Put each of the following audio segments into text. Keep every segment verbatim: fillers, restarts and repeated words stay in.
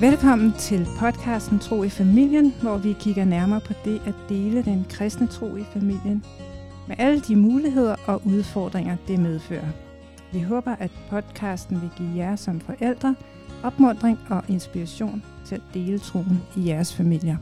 Velkommen til podcasten Tro i familien, hvor vi kigger nærmere på det at dele den kristne tro i familien, med alle de muligheder og udfordringer, det medfører. Vi håber, at podcasten vil give jer som forældre opmuntring og inspiration til at dele troen i jeres familier.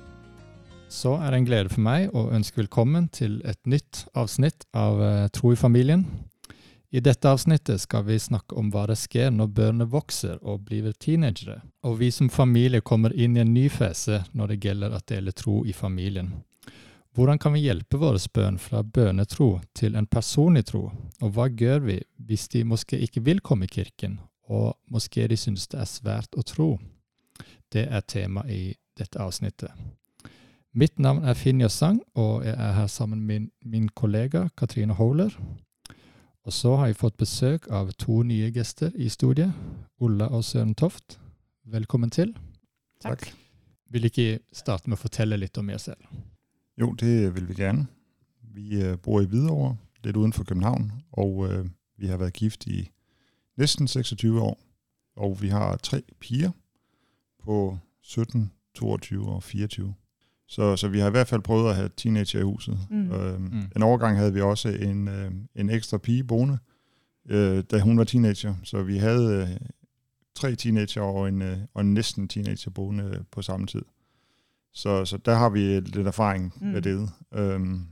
Så er det en glæde for mig at ønske velkommen til et nyt afsnit av uh, Tro i familien. I dette avsnittet skal vi snakke om hvad der sker når børnene vokser og bliver teenagere, og vi som familie kommer ind i en ny fase når det gælder at dele tro i familien. Hvordan kan vi hjælpe vores børn fra bønnetro til en personlig tro, og hvad gør vi hvis de måske ikke vil komme i kirken, og måske de synes det er svært at tro? Det er tema i dette afsnittet. Mitt navn er Finn Jøssang, og jeg er her sammen med min, min kollega Katrine Håler. Og så har jeg fått besøk av to nye gæster i studiet, Ulla og Søren Toft. Velkommen til. Tak. Vil I starte med at fortælle lidt om jer selv? Jo, det vil vi gerne. Vi øh, bor i Hvidovre, lidt uden for København, og øh, vi har været gift i næsten seksogtyve år. Og vi har tre piger på sytten, toogtyve og fireogtyve. Så, så vi har i hvert fald prøvet at have teenager i huset. Mm. Øhm, mm. En overgang havde vi også en, øh, en ekstra pige boende, øh, da hun var teenager. Så vi havde øh, tre teenager og en, øh, og en næsten teenager boende på samme tid. Så, så der har vi lidt erfaring mm. med det. Øhm,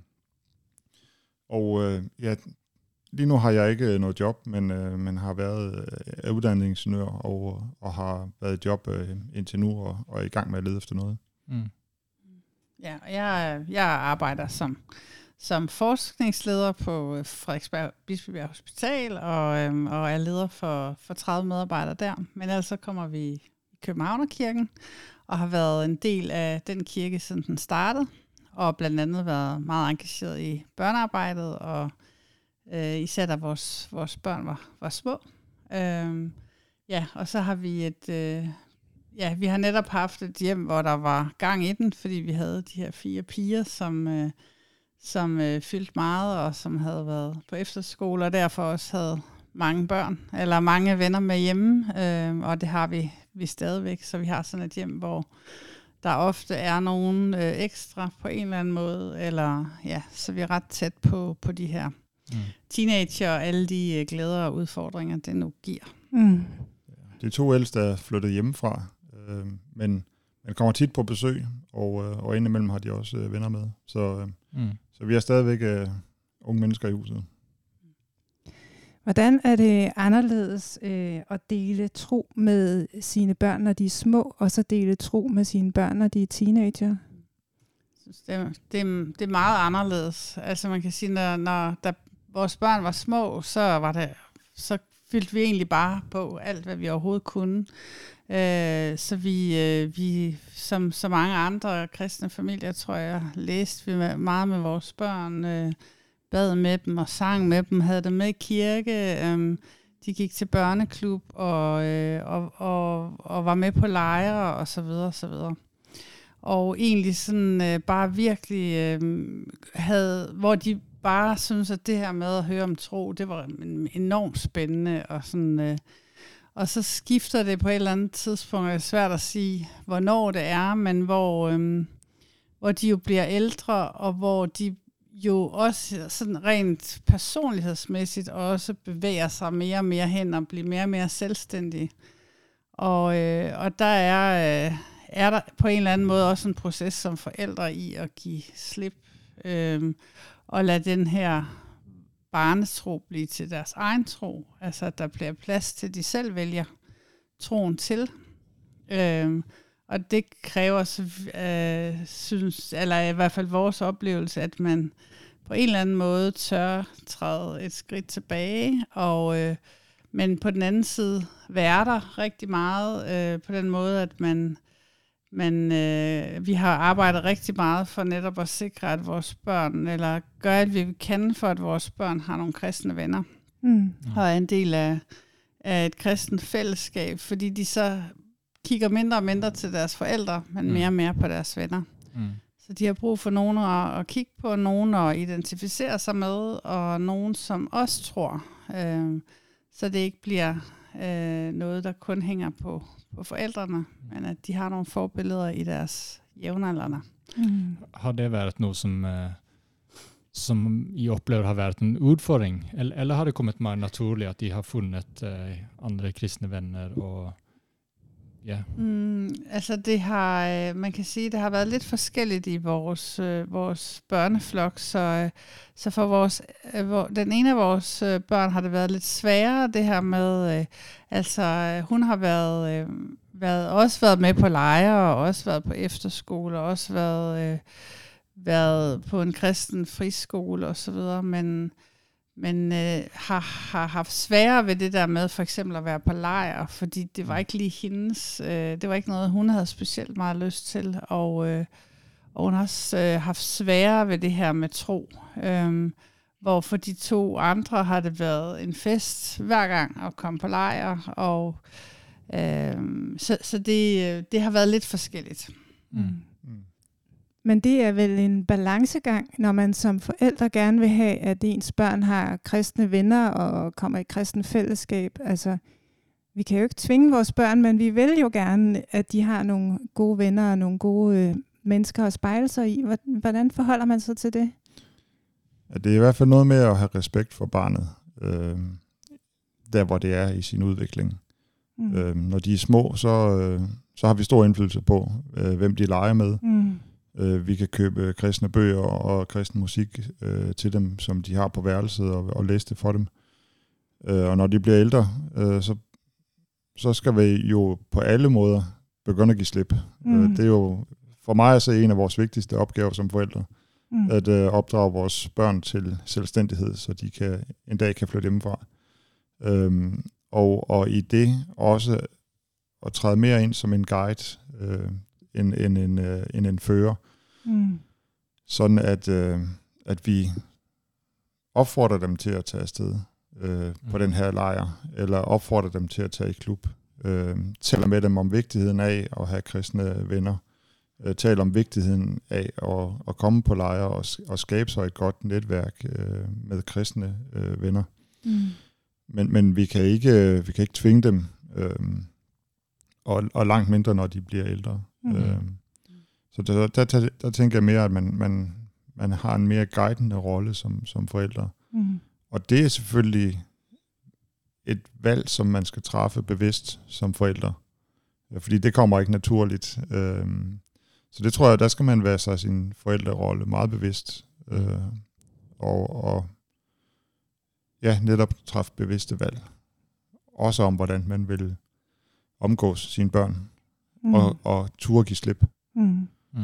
og øh, ja, lige nu har jeg ikke noget job, men, øh, men har været øh, uddannet ingeniør og, og har været i job øh, indtil nu og, og er i gang med at lede efter noget. Mm. Ja, jeg, jeg arbejder som, som forskningsleder på Frederiksberg Bispebjerg Hospital, og, øhm, og er leder for, for tredive medarbejdere der. Men ellers så kommer vi i Københavnerkirken, og har været en del af den kirke, siden den startede, og blandt andet været meget engageret i børnearbejdet, og øh, især da vores, vores børn var, var små. Øhm, ja, og så har vi et... Øh, Ja, vi har netop haft et hjem, hvor der var gang i den, fordi vi havde de her fire piger, som, øh, som øh, fyldte meget, og som havde været på efterskole, og derfor også havde mange børn, eller mange venner med hjemme, øh, og det har vi, vi stadigvæk. Så vi har sådan et hjem, hvor der ofte er nogen øh, ekstra på en eller anden måde, eller ja, så vi er ret tæt på, på de her mm. teenager og alle de øh, glæder og udfordringer, det nu giver. Mm. De to ældste er flyttet hjemmefra, øh, men man kommer tit på besøg, og, øh, og indimellem har de også øh, venner med. Så, øh, mm. så vi er stadigvæk øh, unge mennesker i huset. Hvordan er det anderledes øh, at dele tro med sine børn, når de er små, og så dele tro med sine børn, når de er teenager? Det er, det, er, det er meget anderledes. Altså man kan sige, når, når der, vores børn var små, så var det... så fyldte vi egentlig bare på alt, hvad vi overhovedet kunne. Øh, så vi, øh, vi som så mange andre kristne familier, tror jeg, læste vi meget med vores børn, øh, bad med dem og sang med dem, havde dem med i kirke. Øh, de gik til børneklub og, øh, og, og, og var med på lejre og så videre og så videre. Og egentlig sådan øh, bare virkelig øh, havde, hvor de bare synes, at det her med at høre om tro, det var enormt spændende, og sådan, øh, og så skifter det på et eller andet tidspunkt, det er svært at sige, hvornår det er, men hvor, øh, hvor de jo bliver ældre, og hvor de jo også sådan rent personlighedsmæssigt også bevæger sig mere og mere hen, og bliver mere og mere selvstændige. Og, øh, og der er, øh, er der på en eller anden måde også en proces som forældre i at give slip, øh, og lade den her barnetro blive til deres egen tro. Altså, at der bliver plads til, de selv vælger troen til. Øhm, og det kræver, øh, synes, eller i hvert fald vores oplevelse, at man på en eller anden måde tør træde et skridt tilbage, og, øh, men på den anden side være der rigtig meget, øh, på den måde, at man Men øh, vi har arbejdet rigtig meget for netop at sikre, at vores børn, eller gøre alt, hvad vi kan for, at vores børn har nogle kristne venner. Mm. Og er en del af, af et kristent fællesskab, fordi de så kigger mindre og mindre til deres forældre, men mm. mere og mere på deres venner. Mm. Så de har brug for nogen at, at kigge på, nogen at identificere sig med, og nogen, som også tror. Øh, så det ikke bliver øh, noget, der kun hænger på, på forældrene, men at de har nogle forbilleder i deres jævnaldrende. Mm. Har det været noget, som, uh, som I oplever har været en udfordring? Eller, eller har det kommet meget naturligt, at de har fundet uh, andre kristne venner? Og, yeah. mm, altså det har, man kan sige, det har været lidt forskelligt i vores, øh, vores børneflok, så, øh, så for vores, øh, hvor, den ene af vores øh, børn har det været lidt sværere, det her med, øh, altså øh, hun har været... Øh, Været, også været med på lejre, og også været på efterskole, og også været, øh, været på en kristen friskole og så videre, men, men øh, har, har haft sværere ved det der med for eksempel at være på lejr, fordi det var ikke lige hendes, øh, det var ikke noget, hun havde specielt meget lyst til, og, øh, og hun har også øh, haft sværere ved det her med tro, øh, hvor for de to andre har det været en fest hver gang at komme på lejr, og Øhm, så så det, det har været lidt forskelligt. Mm. Mm. Men det er vel en balancegang, når man som forældre gerne vil have, at ens børn har kristne venner og kommer i kristne fællesskab. Altså, vi kan jo ikke tvinge vores børn, men vi vil jo gerne, at de har nogle gode venner og nogle gode øh, mennesker at spejle sig i. Hvordan forholder man sig til det? Ja, det er i hvert fald noget med at have respekt for barnet, øh, der hvor det er i sin udvikling. Mm. Øh, når de er små, så, øh, så har vi stor indflydelse på, øh, hvem de leger med. Mm. Øh, vi kan købe kristne bøger og kristen musik øh, til dem, som de har på værelset, og, og læse det for dem. Øh, og når de bliver ældre, øh, så, så skal vi jo på alle måder begynde at give slip. Mm. Øh, det er jo for mig altså en af vores vigtigste opgaver som forældre, mm. at øh, opdrage vores børn til selvstændighed, så de kan en dag kan flytte hjemmefra. Øh, Og, og i det også at træde mere ind som en guide, øh, end, end, en, øh, end en fører. Mm. Sådan at, øh, at vi opfordrer dem til at tage afsted øh, mm. på den her lejr, eller opfordrer dem til at tage i klub. Øh, taler med dem om vigtigheden af at have kristne venner. Øh, taler om vigtigheden af at, at komme på lejre og, og skabe sig et godt netværk øh, med kristne øh, venner. Mm. Men, men vi kan ikke vi kan ikke tvinge dem, øhm, og, og langt mindre, når de bliver ældre. Mm-hmm. Øhm, så der, der, der, der tænker jeg mere, at man, man, man har en mere guidende rolle som, som forældre. Mm-hmm. Og det er selvfølgelig et valg, som man skal træffe bevidst som forældre. Fordi det kommer ikke naturligt. Øhm, så det tror jeg, der skal man være sig sin forældrerolle meget bevidst. Øh, og... og ja, netop træffe bevidste valg. Også om, hvordan man vil omgås sine børn, mm. og, og turde give slip. Mm. Mm.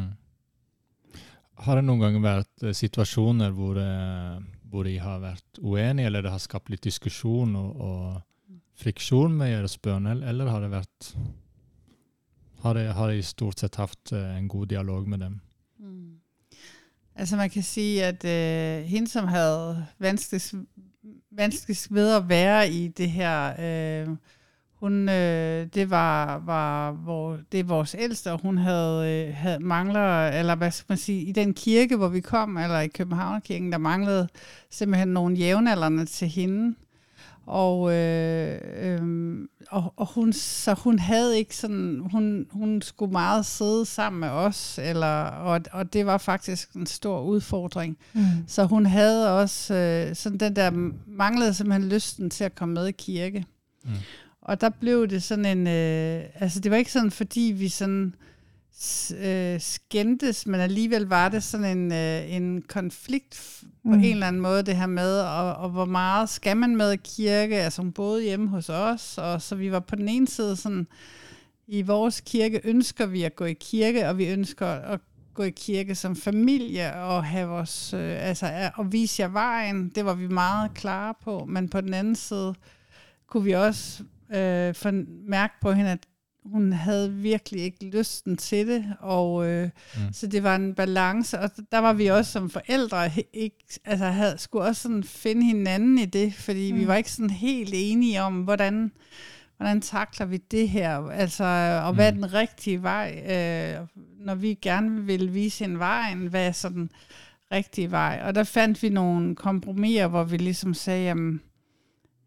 Har det nogle gange været situationer, hvor, uh, hvor I har været uenige, eller det har skabt lidt diskussion og, og friktion med jeres børn, eller har det været, har, det, har I stort set haft uh, en god dialog med dem? Mm. Altså man kan sige, at uh, hende, som havde vanskeligst vanskeligst ved at være i det her. Øh, hun, øh, det var, var hvor, det er vores ældste, og hun havde, øh, havde mangler, eller hvad skal man sige, i den kirke, hvor vi kom, eller i Københavnerkirken, der manglede simpelthen nogle jævnaldrende til hende. Og, øh, øh, og, og hun, så hun havde ikke sådan, hun, hun skulle meget sidde sammen med os, eller, og, og det var faktisk en stor udfordring. Mm. Så hun havde også, øh, sådan den der, manglede simpelthen lysten til at komme med i kirke. Mm. Og der blev det sådan en, øh, altså det var ikke sådan, fordi vi sådan øh, skændtes, men alligevel var det sådan en, øh, en konflikt på mm. en eller anden måde, det her med, og, og hvor meget skal man med i kirke, altså hun boede hjemme hos os, og så vi var på den ene side sådan, i vores kirke ønsker vi at gå i kirke, og vi ønsker at gå i kirke som familie, og have vores, øh, altså at vise jer vejen, det var vi meget klare på, men på den anden side kunne vi også øh, mærke på hende, at hun havde virkelig ikke lysten til det, og øh, mm. så det var en balance, og der var vi også som forældre ikke, altså havde, skulle også sådan finde hinanden i det, fordi mm. vi var ikke sådan helt enige om, hvordan, hvordan takler vi det her, altså, og hvad er den rigtige vej, øh, når vi gerne vil vise en vej, hvad er så den rigtige vej, og der fandt vi nogle kompromiser, hvor vi ligesom sagde, jamen,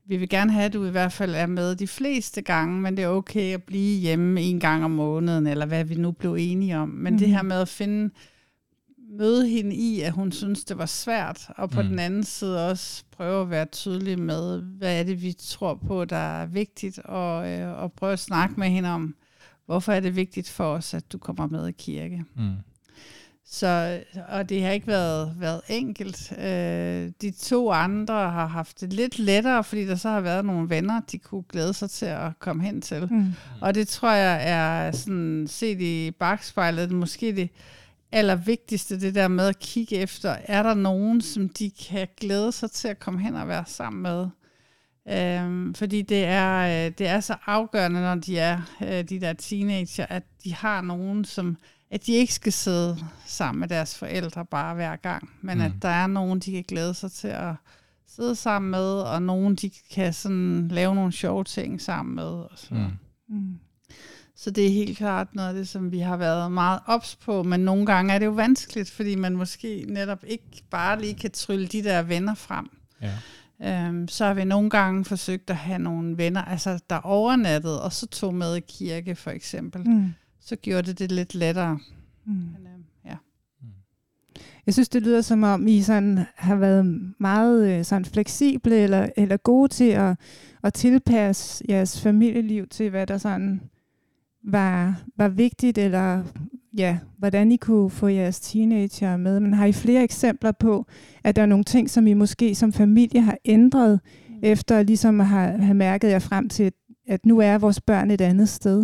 vi vil gerne have, at du i hvert fald er med de fleste gange, men det er okay at blive hjemme en gang om måneden, eller hvad vi nu blev enige om. Men mm. det her med at finde, møde hende i, at hun synes, det var svært, og på mm. den anden side også prøve at være tydelig med, hvad er det, vi tror på, der er vigtigt, og, øh, og prøve at snakke med hende om, hvorfor er det vigtigt for os, at du kommer med i kirke. Mm. Så, og det har ikke været, været enkelt. Øh, de to andre har haft det lidt lettere, fordi der så har været nogle venner, de kunne glæde sig til at komme hen til. Mm. Og det tror jeg er sådan, set i bagspejlet, måske det allervigtigste, det der med at kigge efter, er der nogen, som de kan glæde sig til at komme hen og være sammen med. Øhm, fordi det er, det er så afgørende, når de er de der teenager, at de har nogen, som at de ikke skal sidde sammen med deres forældre bare hver gang, men mm. at der er nogen, de kan glæde sig til at sidde sammen med, og nogen, de kan sådan lave nogle sjove ting sammen med. Og så. Mm. Mm. så det er helt klart noget af det, som vi har været meget ops på, men nogle gange er det jo vanskeligt, fordi man måske netop ikke bare lige kan trylle de der venner frem. Ja. Øhm, så har vi nogle gange forsøgt at have nogle venner, altså der overnattede, og så tog med i kirke for eksempel. Mm. Så gjorde det det lidt lettere. Mm. Men, øh, ja. Jeg synes, det lyder som om, I sådan har været meget sådan fleksible eller, eller gode til at, at tilpasse jeres familieliv til, hvad der sådan var, var vigtigt, eller ja, hvordan I kunne få jeres teenager med. Men har I flere eksempler på, at der er nogle ting, som I måske som familie har ændret, mm. efter ligesom at have, have mærket jer frem til, at nu er vores børn et andet sted?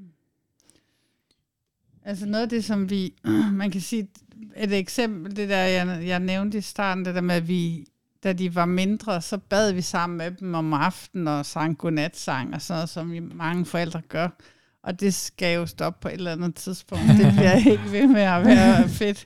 Altså noget af det, som vi, man kan sige, et eksempel, det der, jeg, jeg nævnte i starten, det der med, at vi, da de var mindre, så bad vi sammen med dem om aftenen og sang godnatsang og sådan noget, som vi, mange forældre gør. Og det skal jo stoppe på et eller andet tidspunkt. Det bliver ikke ved med at være fedt.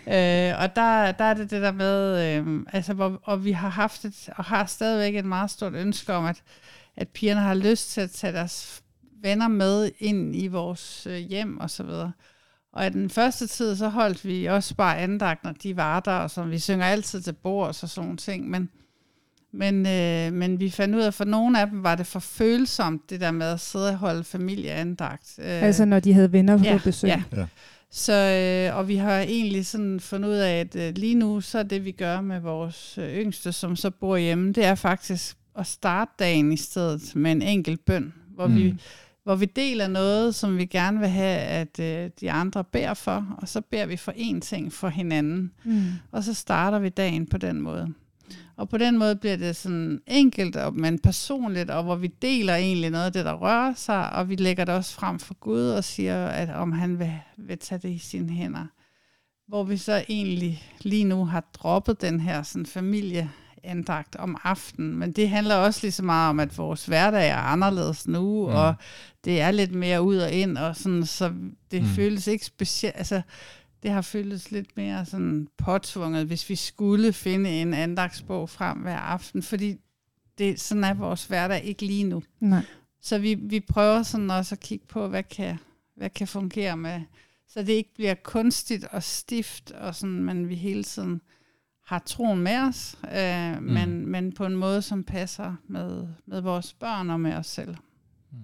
Øh, og der, der er det det der med, øh, altså, hvor, og vi har haft et, og har stadigvæk et meget stort ønske om, at, at pigerne har lyst til at tage deres venner med ind i vores øh, hjem og så videre. Og i den første tid, så holdt vi også bare andagt, når de var der, og så vi synger altid til bord og så sådan nogle ting. Men, men, øh, men vi fandt ud af, at for nogle af dem var det for følsomt, det der med at sidde og holde familieandagt. Øh, altså når de havde venner på ja, besøg? Ja. ja. Så, øh, og vi har egentlig sådan fundet ud af, at øh, lige nu, så det vi gør med vores øh, yngste, som så bor hjemme, det er faktisk at starte dagen i stedet med en enkelt bøn, hvor mm. vi hvor vi deler noget, som vi gerne vil have, at øh, de andre beder for, og så beder vi for én ting for hinanden. Mm. Og så starter vi dagen på den måde. Og på den måde bliver det sådan enkelt, og, men personligt, og hvor vi deler egentlig noget af det, der rører sig, og vi lægger det også frem for Gud og siger, at om han vil, vil tage det i sine hænder. Hvor vi så egentlig lige nu har droppet den her sådan, familie, andagt om aftenen, men det handler også lige så meget om, at vores hverdag er anderledes nu, mm. og det er lidt mere ud og ind, og sådan, så det mm. føles ikke specielt, altså det har føltes lidt mere sådan påtvunget, hvis vi skulle finde en andagtsbog frem hver aften, fordi det, sådan er vores hverdag ikke lige nu. Nej. Så vi, vi prøver sådan også at kigge på, hvad kan, hvad kan fungere med, så det ikke bliver kunstigt og stift, og sådan, men vi hele tiden har troen med os, øh, mm. men, men på en måde, som passer med, med vores børn og med os selv. Mm.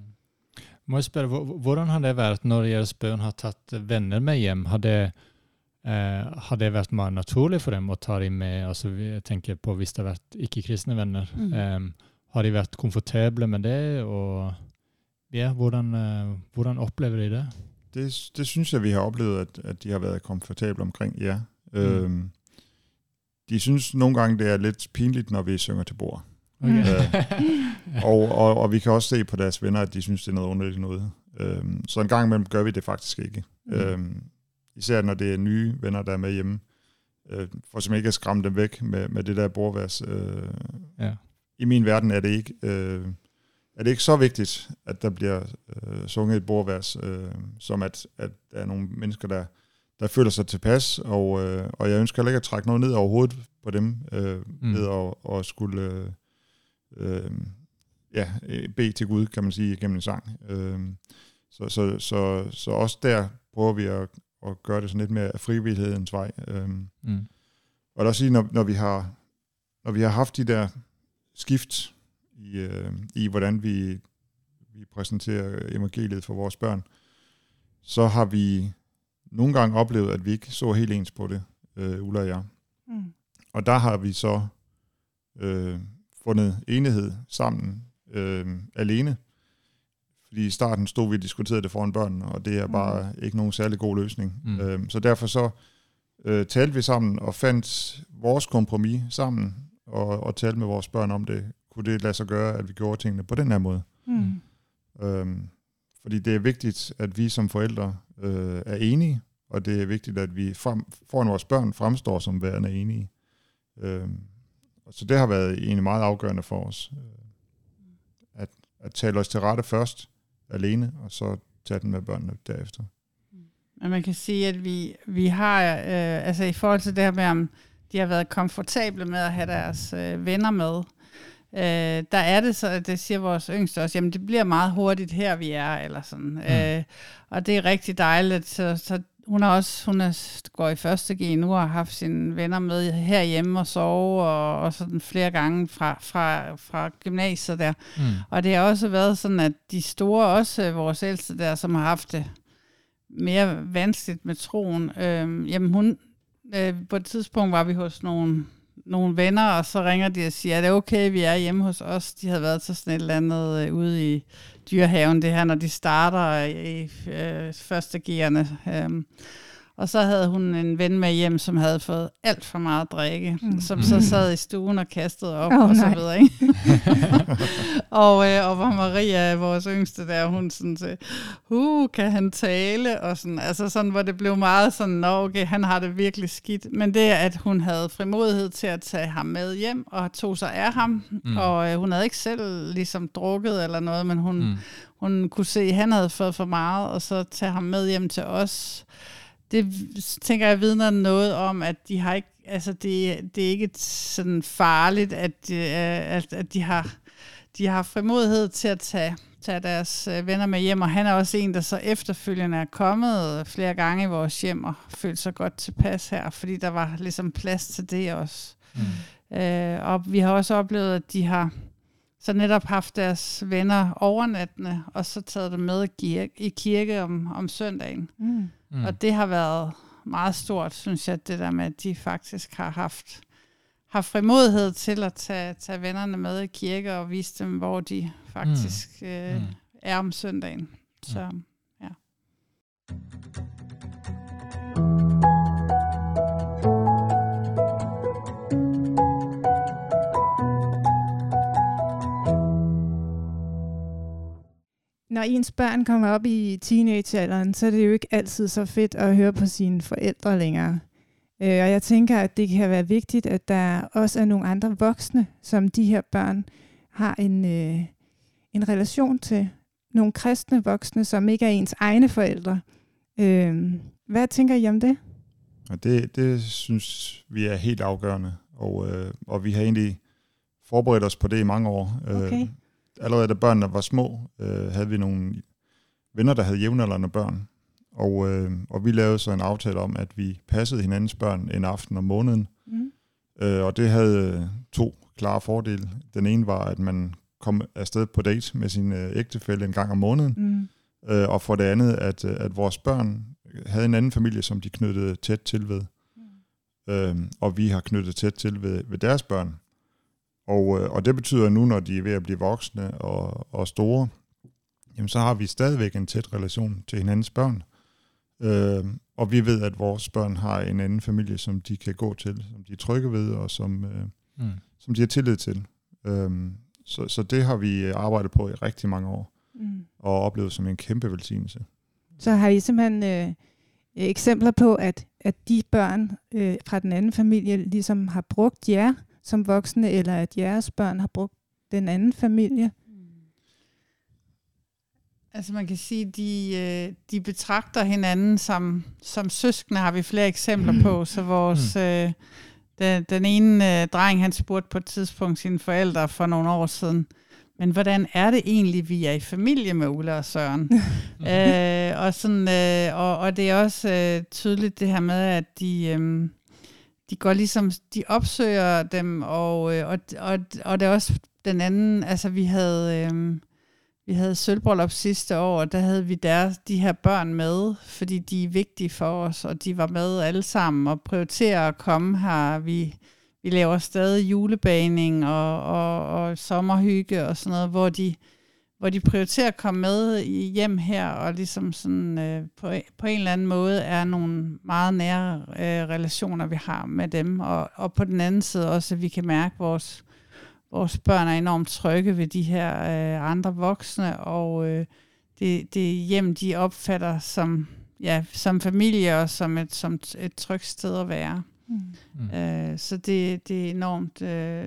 Må jeg spørge, hvordan har det været, når jeres børn har taget venner med hjem? Har det, eh, har det været meget naturligt for dem at tage dem med? Altså, jeg tænker på, hvis det har været ikke-kristne venner. Mm. Um, har de været komfortable med det? Og ja, hvordan, uh, hvordan oplever de det? det? Det synes jeg, vi har oplevet, at, at de har været komfortable omkring, ja. Mm. Øhm, De synes nogle gange, det er lidt pinligt, når vi synger til bord. Okay. Øh, og, og, og vi kan også se på deres venner, at de synes, det er noget underligt noget. Øh, så en gang imellem gør vi det faktisk ikke. Mm. Øh, især når det er nye venner, der er med hjemme. Øh, for som ikke at skræmme dem væk med, med det der bordvers. Øh, ja. I min verden er det ikke øh, er det ikke så vigtigt, at der bliver øh, sunget et bordvers, øh, som at, at der er nogle mennesker, der der føler sig tilpas, og, øh, og jeg ønsker heller ikke at trække noget ned overhovedet på dem, øh, mm. ved at, at skulle øh, ja, bede til Gud, kan man sige, gennem en sang. Øh, så, så, så, så også der prøver vi at, at gøre det sådan lidt mere af frivillighedens vej. Øh. Mm. Og der også sige, når, når, vi har, når vi har haft de der skift i, øh, i hvordan vi, vi præsenterer evangeliet for vores børn, så har vi nogle gange oplevet, at vi ikke så helt ens på det, øh, Ulla og jeg. Mm. Og der har vi så øh, fundet enighed sammen øh, alene. Fordi i starten stod vi og diskuterede det foran børnene, og det er bare mm. ikke nogen særlig god løsning. Mm. Øh, så derfor så øh, talte vi sammen og fandt vores kompromis sammen, og, og talte med vores børn om det. Kunne det lade sig gøre, at vi gjorde tingene på den her måde? Mm. Øh, fordi det er vigtigt, at vi som forældre øh, er enige, og det er vigtigt, at vi frem, foran vores børn fremstår som værende enige. Øh, så det har været egentlig meget afgørende for os, øh, at, at tale os til rette først, alene, og så tage den med børnene derefter. Men man kan sige, at vi, vi har, øh, altså i forhold til det her med, om de har været komfortable med at have deres øh, venner med, øh, der er det så, det siger vores yngste også, jamen det bliver meget hurtigt her, vi er, eller sådan. Mm. Øh, og det er rigtig dejligt, så, så hun har også, hun er, går i første G nu og har haft sine venner med herhjemme og sove og, og sådan flere gange fra, fra, fra gymnasiet der. Mm. Og det har også været sådan, at de store, også vores ældste der, som har haft det mere vanskeligt med troen, øh, jamen hun, øh, på et tidspunkt var vi hos nogle, nogle venner, og så ringer de og siger, er det okay, vi er hjemme hos os? De havde været til sådan et eller andet øh, ude i Dyrehaven, det her, når de starter i øh, første gearne. Øhm, og så havde hun en ven med hjem, som havde fået alt for meget drikke, mm. som så sad i stuen og kastede op, oh, og så videre, ikke? og, øh, og hvor Maria, vores yngste der, hun sådan sagde, uh, kan han tale? Og sådan, altså sådan, hvor det blev meget sådan, nå okay, han har det virkelig skidt. Men det er, at hun havde frimodighed til at tage ham med hjem, og tog sig af ham. Mm. Og øh, hun havde ikke selv ligesom drukket eller noget, men hun, mm. hun kunne se, at han havde fået for meget, og så tage ham med hjem til os. Det tænker jeg vidner noget om, at de har ikke, altså det, det er ikke sådan farligt, at, at, at de har, de har frimodighed til at tage, tage deres venner med hjem, og han er også en, der så efterfølgende er kommet flere gange i vores hjem og følt sig godt tilpas her, fordi der var ligesom plads til det også. Mm. Øh, og vi har også oplevet, at de har så netop haft deres venner overnattende, og så taget dem med i kirke om, om søndagen. Mm. Mm. Og det har været meget stort, synes jeg, det der med, at de faktisk har haft, haft frimodighed til at tage, tage vennerne med i kirke og vise dem, hvor de faktisk mm. Øh, mm. er om søndagen. Så, ja. Når ens børn kommer op i teenagealderen, så er det jo ikke altid så fedt at høre på sine forældre længere. Øh, og jeg tænker, at det kan være vigtigt, at der også er nogle andre voksne, som de her børn har en, øh, en relation til. Nogle kristne voksne, som ikke er ens egne forældre. Øh, hvad tænker I om det? Det, det synes vi er helt afgørende, og, øh, og vi har egentlig forberedt os på det i mange år. Okay. Øh, Allerede da børnene var små, øh, havde vi nogle venner, der havde jævnaldrende børn. Og, øh, og vi lavede så en aftale om, at vi passede hinandens børn en aften om måneden. Mm. Øh, og det havde to klare fordele. Den ene var, at man kom afsted på date med sin øh, ægtefælle en gang om måneden. Mm. Øh, og for det andet, at, at vores børn havde en anden familie, som de knyttede tæt til ved. Mm. Øh, og vi har knyttet tæt til ved, ved deres børn. Og, og det betyder nu, når de er ved at blive voksne og, og store, jamen så har vi stadigvæk en tæt relation til hinandens børn. Øh, og vi ved, at vores børn har en anden familie, som de kan gå til, som de er trygge ved, og som, øh, mm. som de har tillid til. Øh, så, så det har vi arbejdet på i rigtig mange år, mm. og oplevet som en kæmpe velsignelse. Så har I simpelthen øh, eksempler på, at, at de børn øh, fra den anden familie ligesom har brugt jer som voksne, eller at jeres børn har brugt den anden familie? Altså man kan sige, de de betragter hinanden som som søskende, har vi flere eksempler på. Så vores mm. øh, den, den ene øh, dreng, han spurgte på et tidspunkt sine forældre for nogle år siden, men hvordan er det egentlig, vi er i familie med Ulla og Søren? øh, og sådan øh, og, og det er også øh, tydeligt det her med, at de øh, de går ligesom, de opsøger dem, og, og, og, og det er også den anden, altså vi havde, øhm, vi havde sølvbryllup sidste år, og der havde vi der, de her børn med, fordi de er vigtige for os, og de var med alle sammen, og prioriterer at komme her. Vi, vi laver stadig julebagning og, og, og sommerhygge og sådan noget, hvor de, hvor de prioriterer at komme med hjem her, og ligesom sådan, øh, på, på en eller anden måde er nogle meget nære øh, relationer, vi har med dem. Og, og på den anden side også, at vi kan mærke, at vores, vores børn er enormt trygge ved de her øh, andre voksne, og øh, det, det hjem, de opfatter som, ja, som familie og som et, som et trygt sted at være. Mm. Øh, så det, det er enormt... Øh,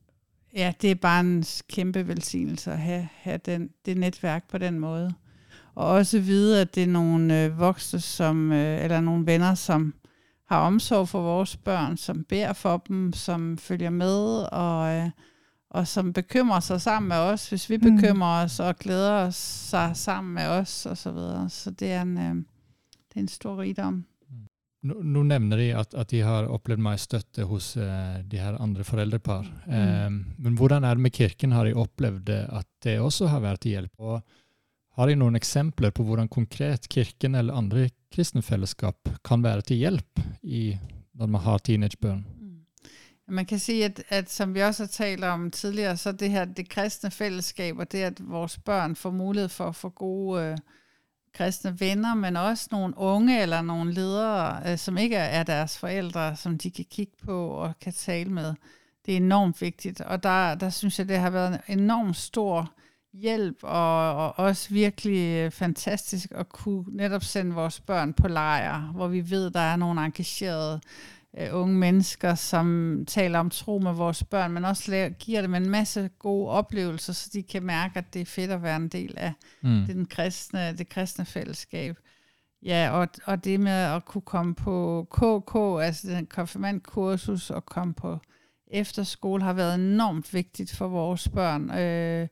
Ja, det er bare en kæmpe velsignelse at have, have den, det netværk på den måde. Og også vide, at det er nogle øh, voksne, som, øh, eller nogle venner, som har omsorg for vores børn, som beder for dem, som følger med, og, øh, og som bekymrer sig sammen med os, hvis vi bekymrer os, og glæder os sig sammen med os, og så videre. Så det er en, øh, det er en stor rigdom. Nu, nu nevner de at, at de har opplevd meg støtte hos uh, de her andre foreldrepar. Mm. Um, men hvordan er det med kirken? Har de opplevd at det også har vært til hjelp? Og har de noen eksempler på hvordan konkret kirken eller andre kristne fællesskap kan være til hjelp i, når man har teenagebørn? Mm. Man kan sige, at, at som vi også har talt om tidligere, så det her det kristne fællesskab, og det at vores børn får mulighed for at få gode øh, kristne venner, men også nogle unge eller nogle ledere, øh, som ikke er deres forældre, som de kan kigge på og kan tale med. Det er enormt vigtigt, og der, der synes jeg, det har været en enormt stor hjælp, og, og også virkelig fantastisk at kunne netop sende vores børn på lejr, hvor vi ved, der er nogle engagerede uh, unge mennesker, som taler om tro med vores børn, men også laver, giver dem en masse gode oplevelser, så de kan mærke, at det er fedt at være en del af mm. den kristne, det kristne fællesskab. Ja, og, og det med at kunne komme på K K, altså den konfirmandkursus, og komme på efterskole, har været enormt vigtigt for vores børn. Øh,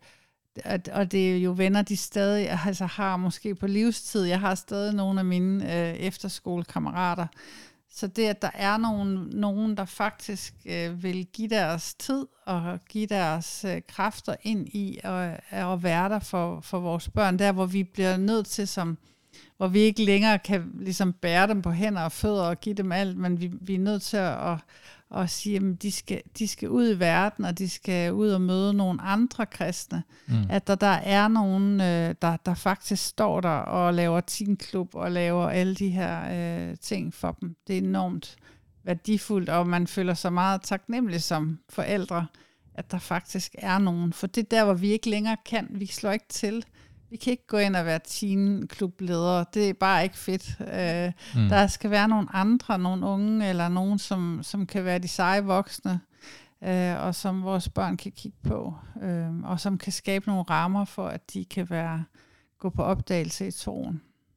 og det er jo venner, de stadig altså, har måske på livstid. Jeg har stadig nogle af mine øh, efterskolekammerater. Så det, at der er nogen, nogen der faktisk øh, vil give deres tid og give deres øh, kræfter ind i og, og være der for, for vores børn, der hvor vi bliver nødt til, som, hvor vi ikke længere kan ligesom bære dem på hænder og fødder og give dem alt, men vi, vi er nødt til at, at, at sige, at de skal, de skal ud i verden, og de skal ud og møde nogle andre kristne. Mm. At der, der er nogen, øh, der, der faktisk står der og laver teenklub og laver alle de her øh, ting for dem. Det er enormt værdifuldt, og man føler sig meget taknemmelig som forældre, at der faktisk er nogen. For det er der, hvor vi ikke længere kan. Vi slår ikke til. Vi kan ikke gå ind og være teenklubledere. Det er bare ikke fedt. Øh, mm. Der skal være nogle andre, nogle unge, eller nogen, som, som kan være de seje voksne, øh, og som vores børn kan kigge på, øh, og som kan skabe nogle rammer for, at de kan være gå på opdagelse i troen.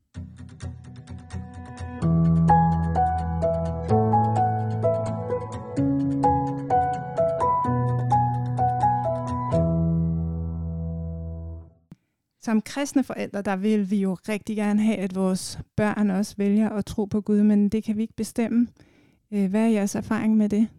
Som kristne forældre, der vil vi jo rigtig gerne have, at vores børn også vælger at tro på Gud, men det kan vi ikke bestemme. Hvad er jeres erfaring med det?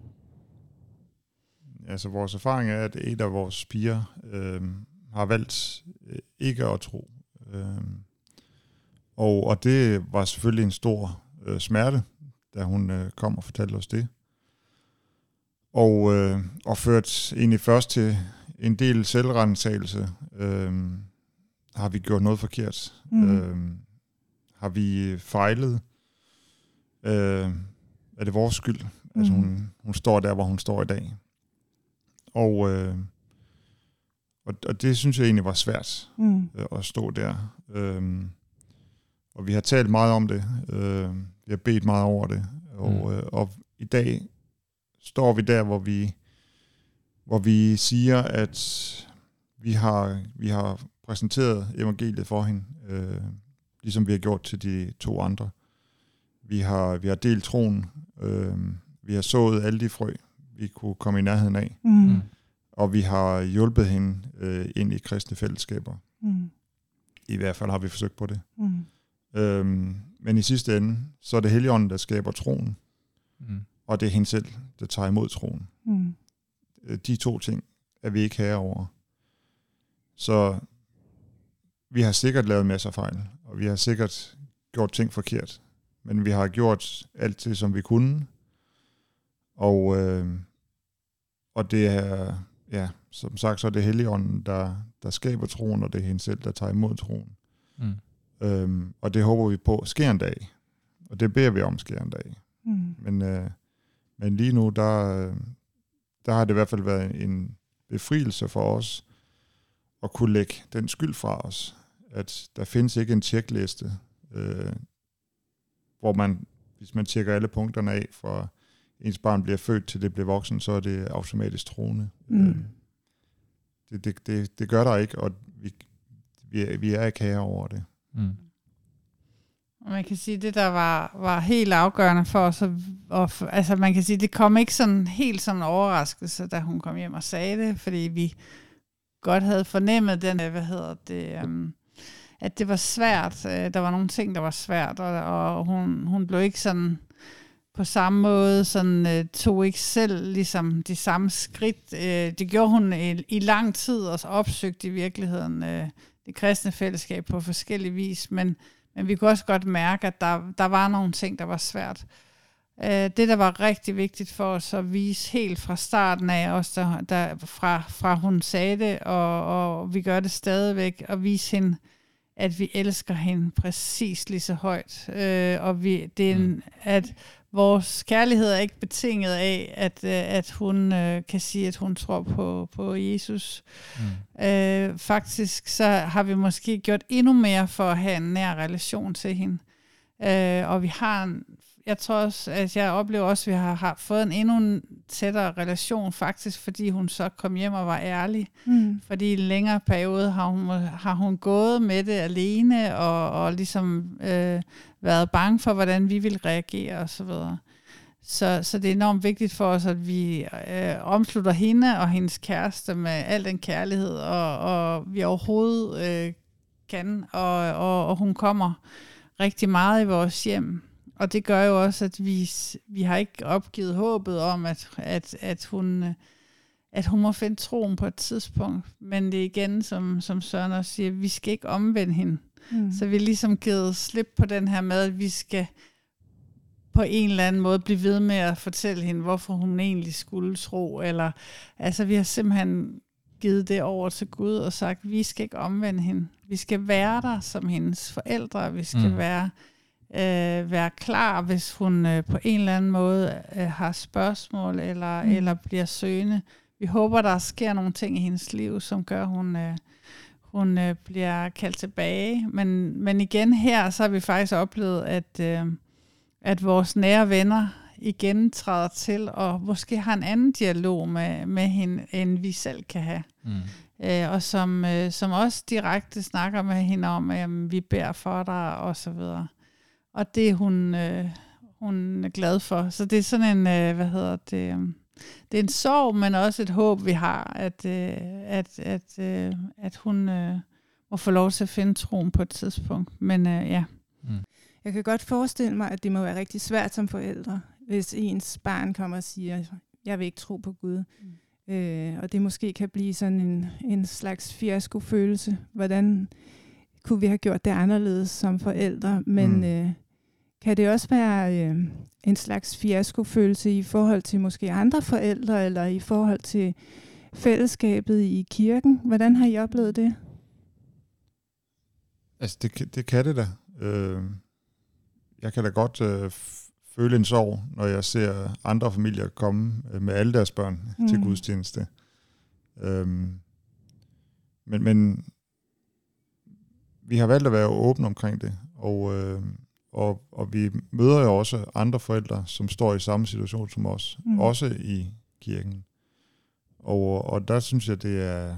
Altså vores erfaring er, at et af vores piger øh, har valgt øh, ikke at tro. Øh, og, og det var selvfølgelig en stor øh, smerte, da hun øh, kom og fortalte os det. Og, øh, og førte egentlig først til en del selvrensagelse. Øh, Har vi gjort noget forkert? Mm. Øh, har vi fejlet? Øh, er det vores skyld? Mm. Altså hun, hun står der, hvor hun står i dag. Og, øh, og, og det synes jeg egentlig var svært mm. øh, at stå der. Øh, og vi har talt meget om det. Øh, vi har bedt meget over det. Og, mm. øh, og i dag står vi der, hvor vi, hvor vi siger, at vi har... Vi har præsenteret evangeliet for hende, øh, ligesom vi har gjort til de to andre. Vi har, vi har delt troen, øh, vi har sået alle de frø, vi kunne komme i nærheden af, mm. og vi har hjulpet hende øh, ind i kristne fællesskaber. Mm. I hvert fald har vi forsøgt på det. Mm. Øh, men i sidste ende, så er det Helligånden, der skaber troen. Mm. og det er hende selv, der tager imod troen. Mm. De to ting er vi ikke herre over. Så vi har sikkert lavet masser af fejl, og vi har sikkert gjort ting forkert, men vi har gjort alt det, som vi kunne. Og, øh, og det er, ja, som sagt, så er det Helligånden, der, der skaber troen, og det er hende selv, der tager imod troen. Mm. Øhm, og det håber vi på sker en dag. Og det beder vi om sker en dag. Mm. Men, øh, men lige nu, der, der har det i hvert fald været en befrielse for os, at kunne lægge den skyld fra os. At der findes ikke en tjekliste, øh, hvor man, hvis man tjekker alle punkterne af, for ens barn bliver født til det bliver voksen, så er det automatisk troende. Mm. Øh, det, det, det, det gør der ikke, og vi, vi, er, vi er ikke herre over det. Mm. Man kan sige, det der var, var helt afgørende for os, og, og, altså man kan sige, det kom ikke sådan helt som en overraskelse, da hun kom hjem og sagde det, fordi vi godt havde fornemmet den, hvad hedder det, um, at det var svært. Der var nogle ting, der var svært, og, og hun, hun blev ikke sådan på samme måde, sådan uh, tog ikke selv ligesom de samme skridt. Uh, det gjorde hun i, i lang tid, og opsøgte i virkeligheden uh, det kristne fællesskab på forskellige vis, men, men vi kunne også godt mærke, at der, der var nogle ting, der var svært. Det, der var rigtig vigtigt for os at vise helt fra starten af, også der, der, fra, fra hun sagde det, og, og vi gør det stadigvæk, at vise hende, at vi elsker hende præcis lige så højt. Øh, og vi, det er en, at vores kærlighed er ikke betinget af, at, at hun øh, kan sige, at hun tror på, på Jesus. Mm. Øh, faktisk så har vi måske gjort endnu mere for at have en nær relation til hende. Øh, og vi har en Jeg tror også, at jeg oplever også, at vi har, har fået en endnu tættere relation, faktisk, fordi hun så kom hjem og var ærlig. Mm. Fordi i en længere periode har hun, har hun gået med det alene, og, og ligesom øh, været bange for, hvordan vi vil reagere og så videre. Så, så det er enormt vigtigt for os, at vi øh, omslutter hende og hendes kæreste med al den kærlighed, og, og vi overhovedet øh, kan, og, og, og hun kommer rigtig meget i vores hjem. Og det gør jo også, at vi, vi har ikke opgivet håbet om, at, at, at, hun, at hun må finde troen på et tidspunkt. Men det er igen, som, som Søren også siger, vi skal ikke omvende hende. Mm. Så vi er ligesom givet slip på den her med, at vi skal på en eller anden måde blive ved med at fortælle hende, hvorfor hun egentlig skulle tro. Eller, altså vi har simpelthen givet det over til Gud og sagt, vi skal ikke omvende hende. Vi skal være der som hendes forældre. Vi skal mm. være... Øh, være klar, hvis hun øh, på en eller anden måde øh, har spørgsmål eller, mm. eller bliver søgende. Vi håber, der sker nogle ting i hendes liv, som gør, at hun, øh, hun øh, bliver kaldt tilbage. Men, men igen her, så har vi faktisk oplevet, at, øh, at vores nære venner igen træder til, og måske har en anden dialog med, med hende, end vi selv kan have. Mm. Øh, og som, øh, som også direkte snakker med hende om, at vi beder for dig, og så videre. Og det er hun, øh, hun er glad for. Så det er sådan en, øh, hvad hedder det, øh, det er en sorg, men også et håb, vi har, at, øh, at, at, øh, at hun øh, må få lov til at finde troen på et tidspunkt. Men øh, ja. Mm. Jeg kan godt forestille mig, at det må være rigtig svært som forældre, hvis ens barn kommer og siger, jeg vil ikke tro på Gud. Mm. Øh, og det måske kan blive sådan en, en slags fiasko-følelse. Hvordan kunne vi have gjort det anderledes som forældre? Men mm. øh, kan det også være øh, en slags fiaskofølelse i forhold til måske andre forældre, eller i forhold til fællesskabet i kirken? Hvordan har I oplevet det? Altså, det, det kan det da. Øh, jeg kan da godt øh, føle en sorg, når jeg ser andre familier komme øh, med alle deres børn mm. til gudstjeneste. Øh, men, men vi har valgt at være åbne omkring det, og øh, Og, og vi møder jo også andre forældre, som står i samme situation som os, mm. også i kirken. Og, og der synes jeg, det er,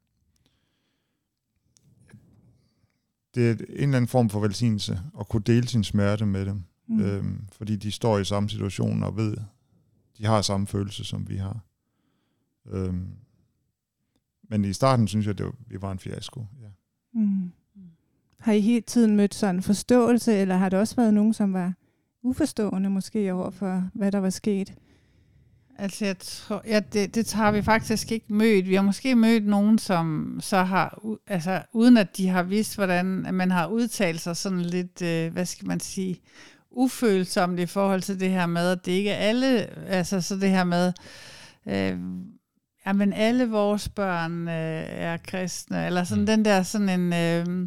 det er en eller anden form for velsignelse at kunne dele sin smerte med dem. Mm. Øhm, fordi de står i samme situation og ved, de har samme følelse, som vi har. Øhm, men i starten synes jeg, det var, vi var en fiasko. Ja. Mm. Har I hele tiden mødt sådan en forståelse, eller har der også været nogen, som var uforstående måske over for, hvad der var sket? Altså, jeg tror, ja, det, det har vi faktisk ikke mødt. Vi har måske mødt nogen, som så har, altså uden at de har vidst, hvordan man har udtalt sig sådan lidt, øh, hvad skal man sige, ufølsomt i forhold til det her med, at det ikke er alle, altså så det her med, øh, ja, men alle vores børn øh, er kristne, eller sådan den der sådan en, øh,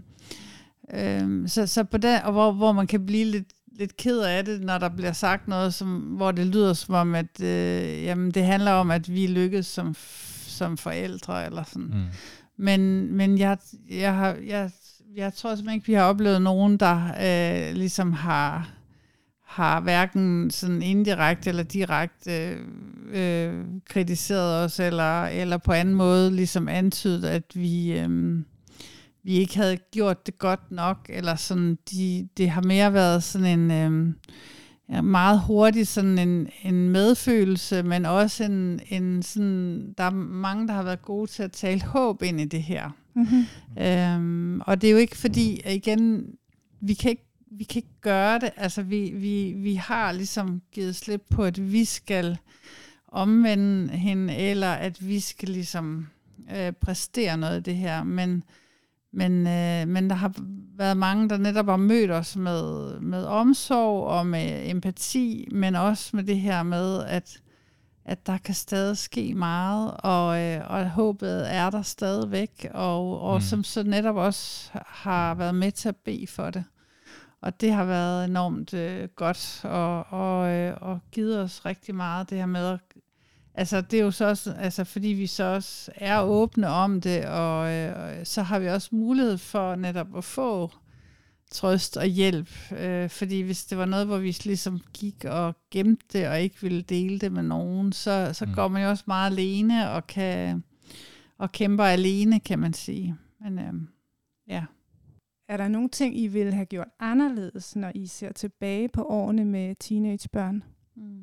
øh, så, så på den, og hvor, hvor man kan blive lidt lidt ked af det, når der bliver sagt noget, som, hvor det lyder som om, at øh, jamen, det handler om, at vi lykkes som, som forældre, eller sådan. Mm. Men, men jeg, jeg, har, jeg, jeg tror simpelthen ikke, vi har oplevet nogen, der øh, ligesom har, har hverken sådan indirekte eller direkte øh, kritiseret os, eller, eller på anden måde ligesom antydet, at vi... Øh, vi ikke havde gjort det godt nok, eller sådan, de, det har mere været sådan en øh, ja, meget hurtig sådan en, en medfølelse, men også en, en sådan, der er mange, der har været gode til at tale håb ind i det her. Mm-hmm. Øhm, og det er jo ikke fordi, igen, vi kan ikke, vi kan ikke gøre det, altså vi, vi, vi har ligesom givet slip på, at vi skal omvende hende, eller at vi skal ligesom øh, præstere noget af det her, men Men, øh, men der har været mange, der netop har mødt os med, med omsorg og med empati, men også med det her med, at, at der kan stadig ske meget, og, øh, og at håbet er der stadigvæk, og, og mm. som så netop også har været med til at bede for det. Og det har været enormt øh, godt, og, og, øh, og givet os rigtig meget det her med at altså det er jo så også, altså fordi vi så også er åbne om det, og øh, så har vi også mulighed for netop at få trøst og hjælp. Øh, fordi hvis det var noget, hvor vi ligesom gik og gemte det, og ikke ville dele det med nogen, så, så mm. går man jo også meget alene, og, kan, og kæmper alene, kan man sige. Men øh, ja. Er der nogle ting, I ville have gjort anderledes, når I ser tilbage på årene med teenagebørn? Mm.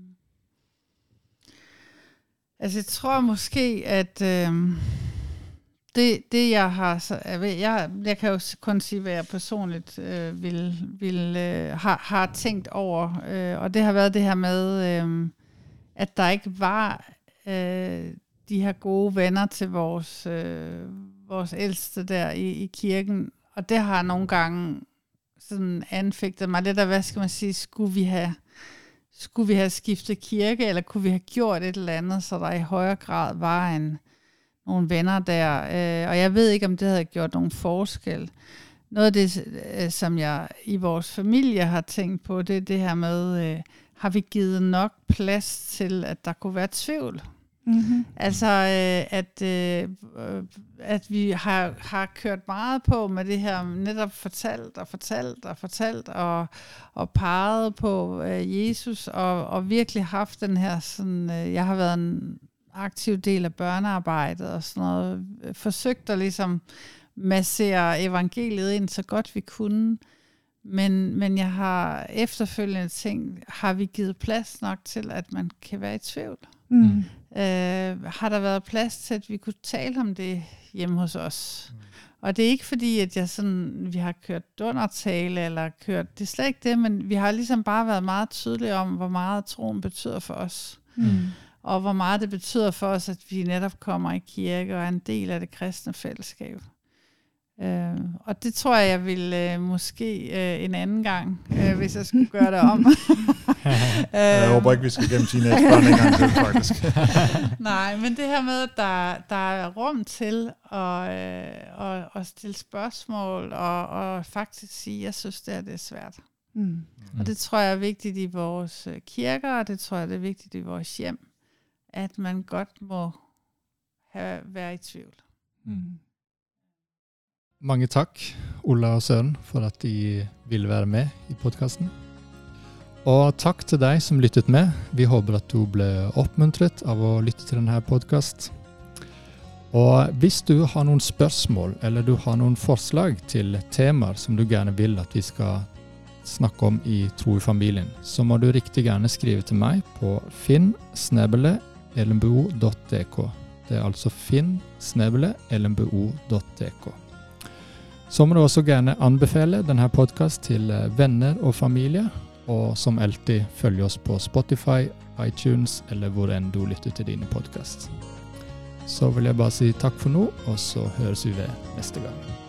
Altså jeg tror måske, at øh, det, det jeg har, jeg, jeg, jeg kan jo kun sige, hvad jeg personligt øh, vil, vil, øh, har, har tænkt over, øh, og det har været det her med, øh, at der ikke var øh, de her gode venner til vores, øh, vores ældste der i, i kirken, og det har nogle gange sådan anfægtet mig lidt af, hvad skal man sige, skulle vi have Skulle vi have skiftet kirke, eller kunne vi have gjort et eller andet, så der i højere grad var en, nogle venner der. Øh, og jeg ved ikke, om det havde gjort nogen forskel. Noget af det, øh, som jeg i vores familie har tænkt på, det er det her med, øh, har vi givet nok plads til, at der kunne være tvivl? Mm-hmm. Altså, øh, at, øh, at vi har, har kørt meget på med det her, netop fortalt og fortalt og fortalt, og, og peget på øh, Jesus, og, og virkelig haft den her, sådan, øh, jeg har været en aktiv del af børnearbejdet og sådan noget, øh, forsøgt at ligesom massere evangeliet ind så godt vi kunne, men, men jeg har efterfølgende tænkt, har vi givet plads nok til, at man kan være i tvivl? Mm. Øh, har der været plads til, at vi kunne tale om det hjemme hos os? Mm. Og det er ikke fordi, at jeg sådan, vi har kørt dundertale, eller kørt, det er slet ikke det, men vi har ligesom bare været meget tydelige om, hvor meget troen betyder for os. Mm. Og hvor meget det betyder for os, at vi netop kommer i kirke og er en del af det kristne fællesskab. Uh, og det tror jeg, jeg vil uh, måske uh, en anden gang, uh, hvis jeg skulle gøre det om. uh, jeg håber ikke, vi skal gennem teenagebørn en gang til, faktisk. Nej, men det her med, at der, der er rum til at, uh, at, at stille spørgsmål, og, og faktisk sige, at jeg synes, det er, det er svært. Mm. Mm. Og det tror jeg er vigtigt i vores kirker, og det tror jeg det er vigtigt i vores hjem, at man godt må have, være i tvivl. Mm. Mange tak, Ola og Søren, for at de ville være med i podcasten. Og tak til dig, som lyttet med. Vi håber, at du ble oppmuntret av å lytte til denne podcast. Og hvis du har nogle spørgsmål, eller du har nogle forslag til temaer, som du gerne vil, at vi skal snakke om i Tro i familien, så må du rigtig gerne skrive til mig på finn snabel-a l m b o punktum d k. Det er altså finn snabel-a l m b o punktum d k. Så må du også gerne anbefale denne podcast til venner og familie, Og som alltid, følg oss på Spotify, iTunes eller hvor enn du lytter til dine podcast. Så vil jeg bare si takk for nå, og så høres vi ved neste gang.